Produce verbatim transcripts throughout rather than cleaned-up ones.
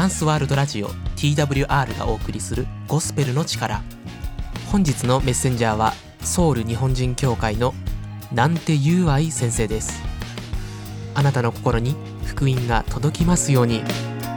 ランスワールドラジオ ティーダブリューアール がお送りするゴスペルの力。本日のメッセンジャーはソウル日本人協会のなんてゆうあい先生です。あなたの心に福音が届きますように。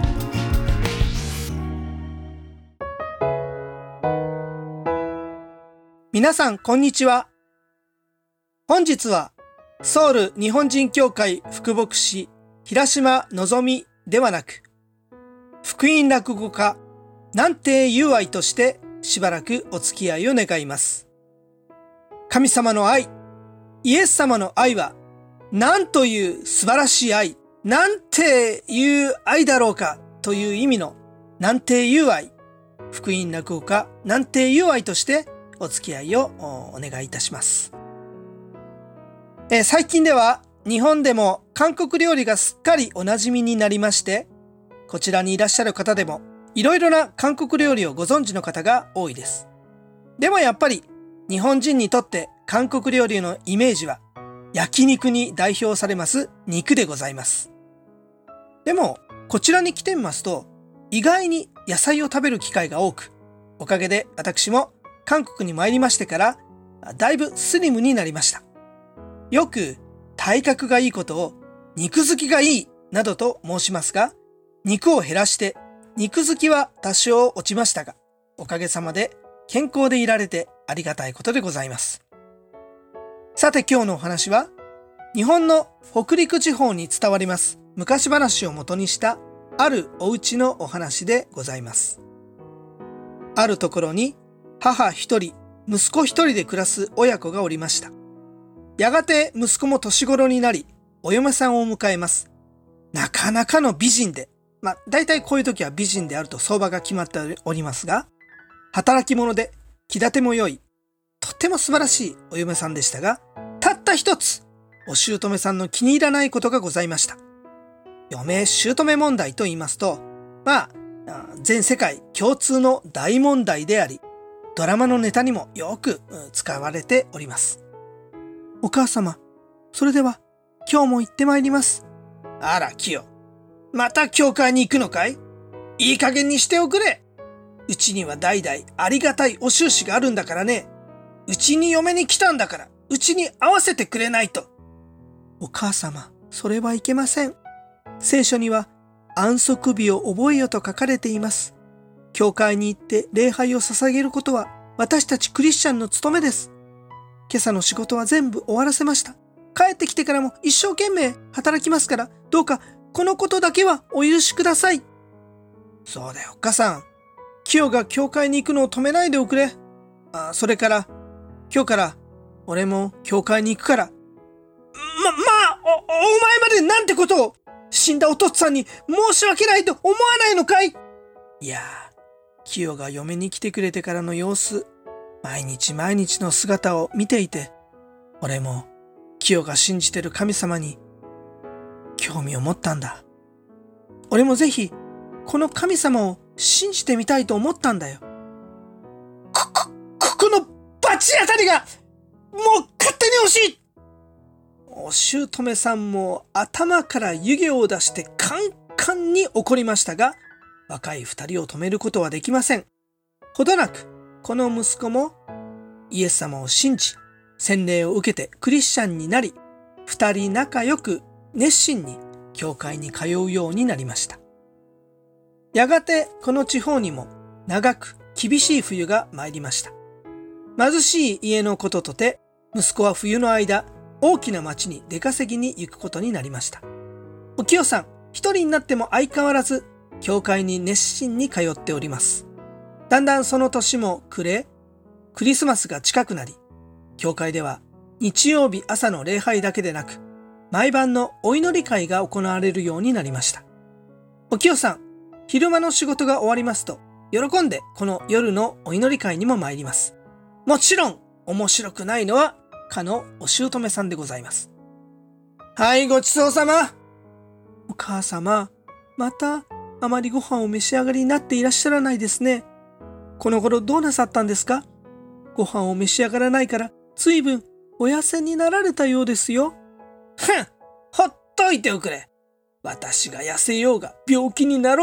皆さんこんにちは。本日はソウル日本人協会副牧師平島のぞみではなく、福音落語家なんてゆうあいとしてしばらくお付き合いを願います。神様の愛、イエス様の愛はなんという素晴らしい愛、なんていう愛だろうかという意味のなんてゆうあい、福音落語家なんてゆうあいとしてお付き合いをお願いいたします。えー、最近では日本でも韓国料理がすっかりお馴染みになりまして、こちらにいらっしゃる方でもいろいろな韓国料理をご存知の方が多いです。でもやっぱり日本人にとって韓国料理のイメージは焼肉に代表されます肉でございます。でもこちらに来てみますと意外に野菜を食べる機会が多く、おかげで私も韓国に参りましてからだいぶスリムになりました。よく体格がいいことを肉好きがいいなどと申しますが、肉を減らして肉好きは多少落ちましたが、おかげさまで健康でいられてありがたいことでございます。さて今日のお話は、日本の北陸地方に伝わります昔話をもとにしたあるお家のお話でございます。あるところに母一人、息子一人で暮らす親子がおりました。やがて息子も年頃になり、お嫁さんを迎えます。なかなかの美人で、まあ大体こういう時は美人であると相場が決まっておりますが、働き者で気立ても良い、とても素晴らしいお嫁さんでしたが、たった一つ、お姑さんの気に入らないことがございました。嫁姑問題と言いますと、まあ、全世界共通の大問題であり、ドラマのネタにもよく使われております。お母様、それでは今日も行ってまいります。あら、キヨ。また教会に行くのかい？いい加減にしておくれ。うちには代々ありがたいお収支があるんだからね。うちに嫁に来たんだから、うちに合わせてくれないと。お母様、それはいけません。聖書には安息日を覚えよと書かれています。教会に行って礼拝を捧げることは私たちクリスチャンの務めです。今朝の仕事は全部終わらせました。帰ってきてからも一生懸命働きますから、どうかこのことだけはお許しください。そうだよ、お母さん。キヨが教会に行くのを止めないでおくれ。あ、それから、今日から俺も教会に行くから。ま、まあ、お、お前までなんてことを。死んだお父さんに申し訳ないと思わないのかい？いやー、キヨが嫁に来てくれてからの様子、毎日毎日の姿を見ていて、俺もキヨが信じてる神様に興味を持ったんだ。俺もぜひこの神様を信じてみたいと思ったんだよ。こ、こ、ここのバチ当たりがもう勝手に欲しい。お姑さんも頭から湯気を出してカンカンに怒りましたが、若い二人を止めることはできません。ほどなくこの息子もイエス様を信じ、洗礼を受けてクリスチャンになり、二人仲良く熱心に教会に通うようになりました。やがてこの地方にも長く厳しい冬が参りました。貧しい家のこととて、息子は冬の間大きな町に出稼ぎに行くことになりました。お清さん一人になっても相変わらず教会に熱心に通っております。だんだんその年も暮れ、クリスマスが近くなり、教会では日曜日朝の礼拝だけでなく、毎晩のお祈り会が行われるようになりました。お清さん、昼間の仕事が終わりますと、喜んでこの夜のお祈り会にも参ります。もちろん面白くないのはかのお姑さんでございます。はい、ごちそうさま。お母様、またあまりご飯を召し上がりになっていらっしゃらないですね。この頃どうなさったんですか？ご飯を召し上がらないから随分お痩せになられたようですよ。ふん、ほっといておくれ。私が痩せようが病気になろうが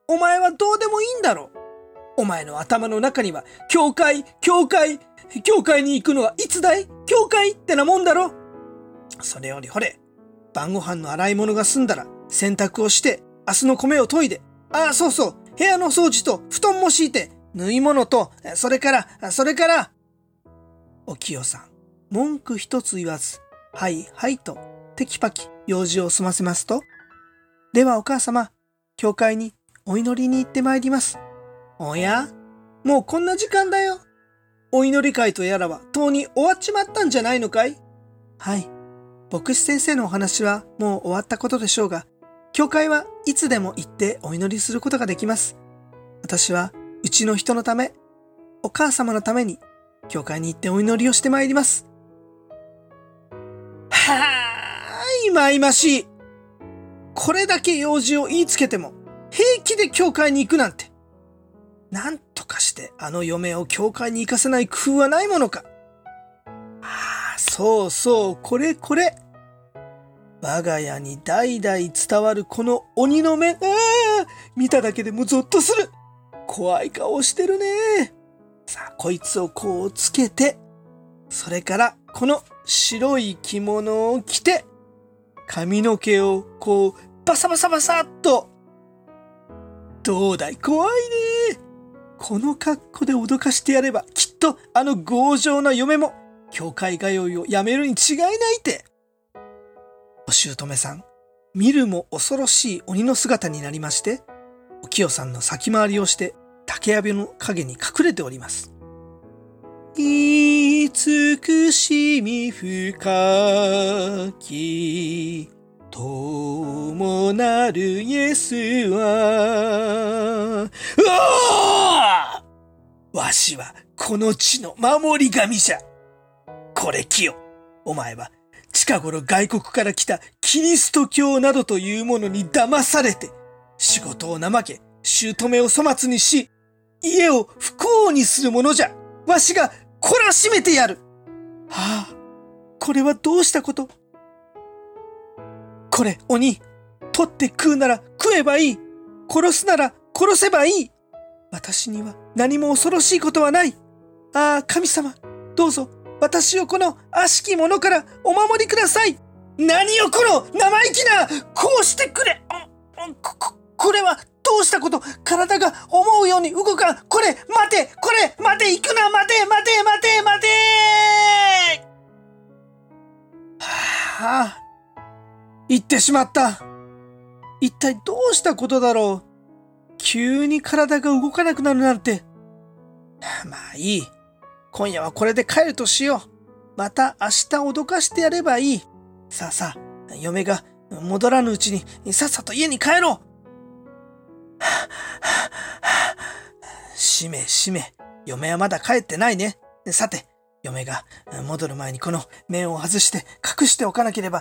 お前はどうでもいいんだろう。お前の頭の中には、教会、教会、教会に行くのはいつだい？教会ってなもんだろ。それよりほれ、晩ご飯の洗い物が済んだら、洗濯をして、明日の米を研いで、ああ、そうそう、部屋の掃除と布団も敷いて、縫い物と、それから、それから。お清さん、文句一つ言わず、はいはいと、テキパキ用事を済ませますと、ではお母様、教会にお祈りに行ってまいります。おや？もうこんな時間だよ。お祈り会とやらは、とうに終わっちまったんじゃないのかい？はい。牧師先生のお話はもう終わったことでしょうが、教会はいつでも行ってお祈りすることができます。私は、うちの人のため、お母様のために、教会に行ってお祈りをしてまいります。はーい、まいましい。これだけ用事を言いつけても、平気で教会に行くなんて。なんとかしてあの嫁を教会に行かせない工夫はないものか。ああ、そうそう、これこれ。我が家に代々伝わるこの鬼の目、ああ、見ただけでもゾッとする。怖い顔してるね。さあ、こいつをこうつけて、それからこの白い着物を着て、髪の毛をこうバサバサバサっと。どうだい、怖いね。この格好で脅かしてやれば、きっとあの強情な嫁も教会通いをやめるに違いないって。お姑さん、見るも恐ろしい鬼の姿になりまして、お清さんの先回りをして竹やぶの陰に隠れております。慈しみ深き友なるイエスは、うわー！わしはこの地の守り神じゃ。これ清、お前は近頃外国から来たキリスト教などというものに騙されて、仕事を怠け、姑を粗末にし、家を不幸にするものじゃ。わしが懲らしめてやる。はあ、これはどうしたこと？これ、鬼、取って食うなら食えばいい。殺すなら殺せばいい。私には何も恐ろしいことはない。ああ、神様、どうぞ、私をこの悪しき者からお守りください。何をこの生意気な、こうしてくれ。こ、こ、これはどうしたこと？体が思うように動かん。これ、待て、これ、待て、行くな、待て、待て、待て、待て。はあ、行ってしまった。一体どうしたことだろう。急に体が動かなくなるなんて。まあいい。今夜はこれで帰るとしよう。また明日脅かしてやればいい。さあさあ、嫁が戻らぬうちにさっさと家に帰ろう。しめしめ、嫁はまだ帰ってないね。さて、嫁が戻る前にこの面を外して隠しておかなければ。ん？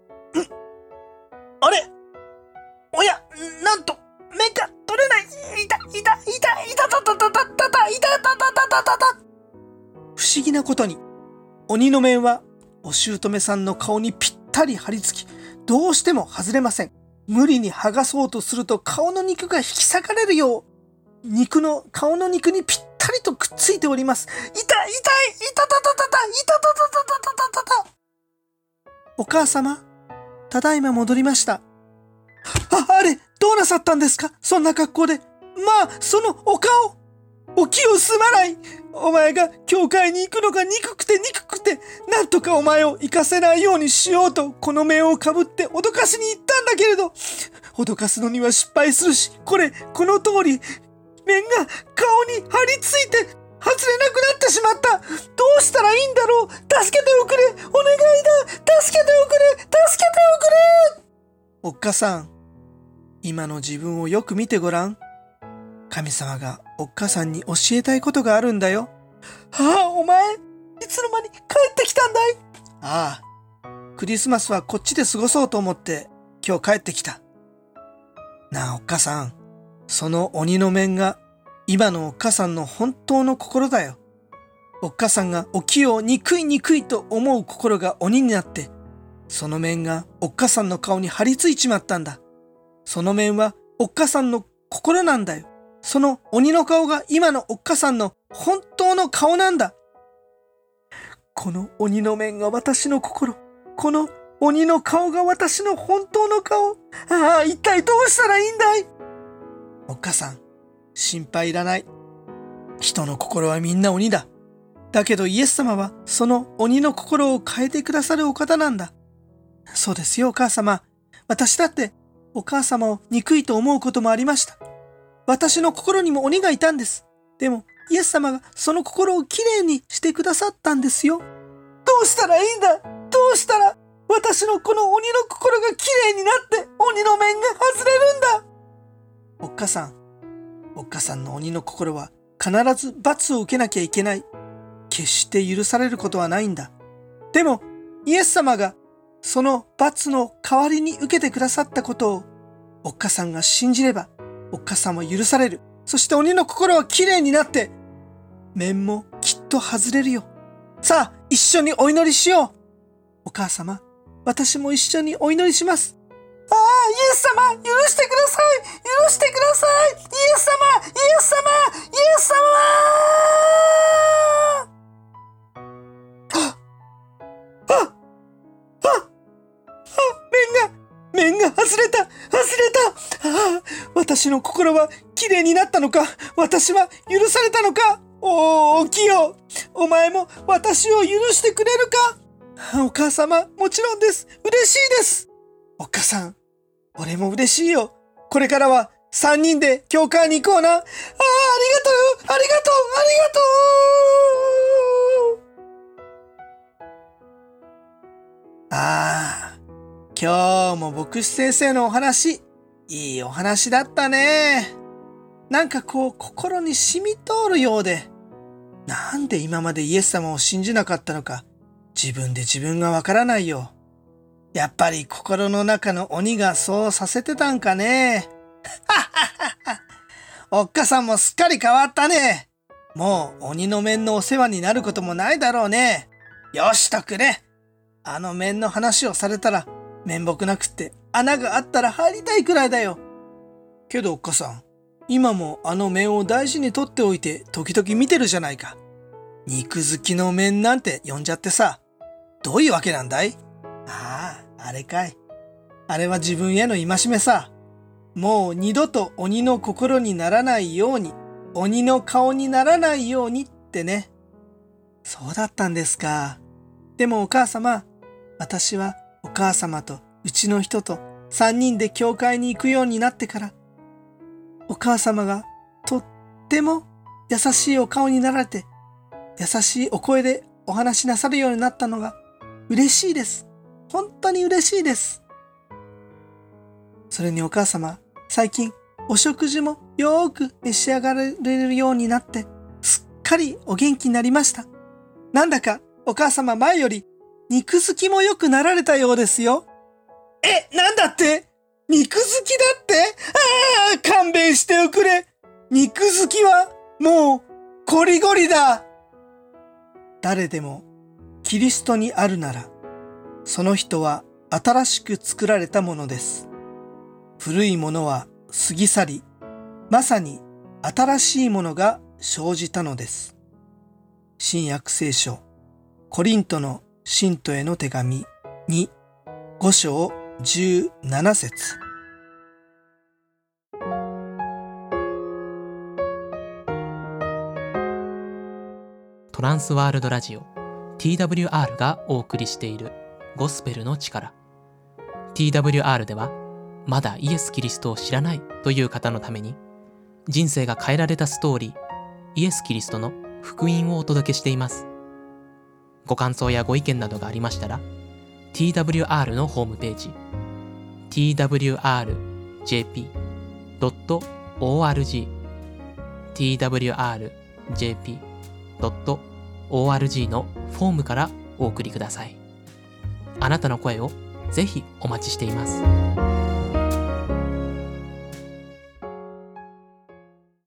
あれ？おや、なんと、面が取れない。いた、いた、いた、いたたたたたたた、いたたたたたたた。不思議なことに、鬼の面はお姑さんの顔にぴったり張り付き、どうしても外れません。無理に剥がそうとすると顔の肉が引き裂かれるよう、肉の、顔の肉にぴったりとくっついております。痛い、痛い、いたたたたた、いたたたたたたたたた。お母様、ただいま戻りました。あ、あれ、どうなさったんですか？そんな格好で。まあ、そのお顔。お気をすまない。お前が教会に行くのが憎くて憎くて、なんとかお前を行かせないようにしようと、この面をかぶって脅かしに行ったんだけれど、脅かすのには失敗するし、これ、この通り、面が顔に張り付いて、外れなくなってしまった。どうしたらいいんだろう。助けておくれ。お願いだ。助けておくれ。助けておくれ。おっかさん、今の自分をよく見てごらん。神様がおっかさんに教えたいことがあるんだよ。ああ、お前、いつの間に帰ってきたんだい？ああ、クリスマスはこっちで過ごそうと思って今日帰ってきた。なあ、おっかさん、その鬼の面が今のおっかさんの本当の心だよ。おっかさんがおきよを憎い憎いと思う心が鬼になって、その面がおっかさんの顔に張り付いちまったんだ。その面はおっかさんの心なんだよ。その鬼の顔が今のおっかさんの本当の顔なんだ。この鬼の面が私の心。この鬼の顔が私の本当の顔。ああ、一体どうしたらいいんだい？おっかさん、心配いらない。人の心はみんな鬼だ。だけどイエス様はその鬼の心を変えてくださるお方なんだ。そうですよ、お母様。私だってお母様を憎いと思うこともありました。私の心にも鬼がいたんです。でもイエス様がその心をきれいにしてくださったんですよ。どうしたらいいんだ？どうしたら私のこの鬼の心がきれいになって鬼の面が外れるんだ。おっかさん、おっかさんの鬼の心は必ず罰を受けなきゃいけない。決して許されることはないんだ。でもイエス様がその罰の代わりに受けてくださったことをおっかさんが信じれば、おっかさんも許される。そして鬼の心はきれいになって面もきっと外れるよ。さあ一緒にお祈りしよう。お母様、私も一緒にお祈りします。ああ、イエス様、許してください。許してください。イエス様、イエス様、イエス様。あ、あ、あ、あ、面が、面が外れた、外れた。ああ、私の心はきれいになったのか。私は許されたのか。おー、キヨ、お前も私を許してくれるか。お母様、もちろんです。嬉しいです。おっかさん、俺も嬉しいよ。これからは三人で教会に行こうな。ああ、ありがとう、ありがとう、ありがとう。ああ、今日も牧師先生のお話、いいお話だったね。なんかこう心に染み通るようで、なんで今までイエス様を信じなかったのか、自分で自分がわからないよ。やっぱり心の中の鬼がそうさせてたんかね。おっかさんもすっかり変わったね。もう鬼の面のお世話になることもないだろうね。よしとくれ。あの面の話をされたら面目なくって穴があったら入りたいくらいだよ。けどおっかさん、今もあの面を大事に取っておいて時々見てるじゃないか。肉好きの面なんて呼んじゃってさ。どういうわけなんだい？ああ、あれかい。あれは自分への戒めさ。もう二度と鬼の心にならないように、鬼の顔にならないようにってね。そうだったんですか。でもお母様、私はお母様とうちの人と三人で教会に行くようになってから、お母様がとっても優しいお顔になられて、優しいお声でお話しなさるようになったのが嬉しいです。本当に嬉しいです。それにお母様、最近お食事もよーく召し上がれるようになって、すっかりお元気になりました。なんだかお母様前より肉好きも良くなられたようですよ。え、なんだって？肉好きだって？ああ、勘弁しておくれ。肉好きはもうゴリゴリだ。誰でもキリストにあるなら、その人は新しく作られたものです。古いものは過ぎ去り、まさに新しいものが生じたのです。新約聖書、コリントの信徒への手紙に、ご章じゅうなな節。 トランスワールドラジオ ティーダブリューアール がお送りしているゴスペルの力。 ティーダブリューアール ではまだイエス・キリストを知らないという方のために、人生が変えられたストーリー、イエス・キリストの福音をお届けしています。ご感想やご意見などがありましたら ティーダブリューアール のホームページ ティーダブリューアールジェーピードットオーアールジー ティーダブリューアールジェーピードットオーアールジー のフォームからお送りください。あなたの声をぜひお待ちしています。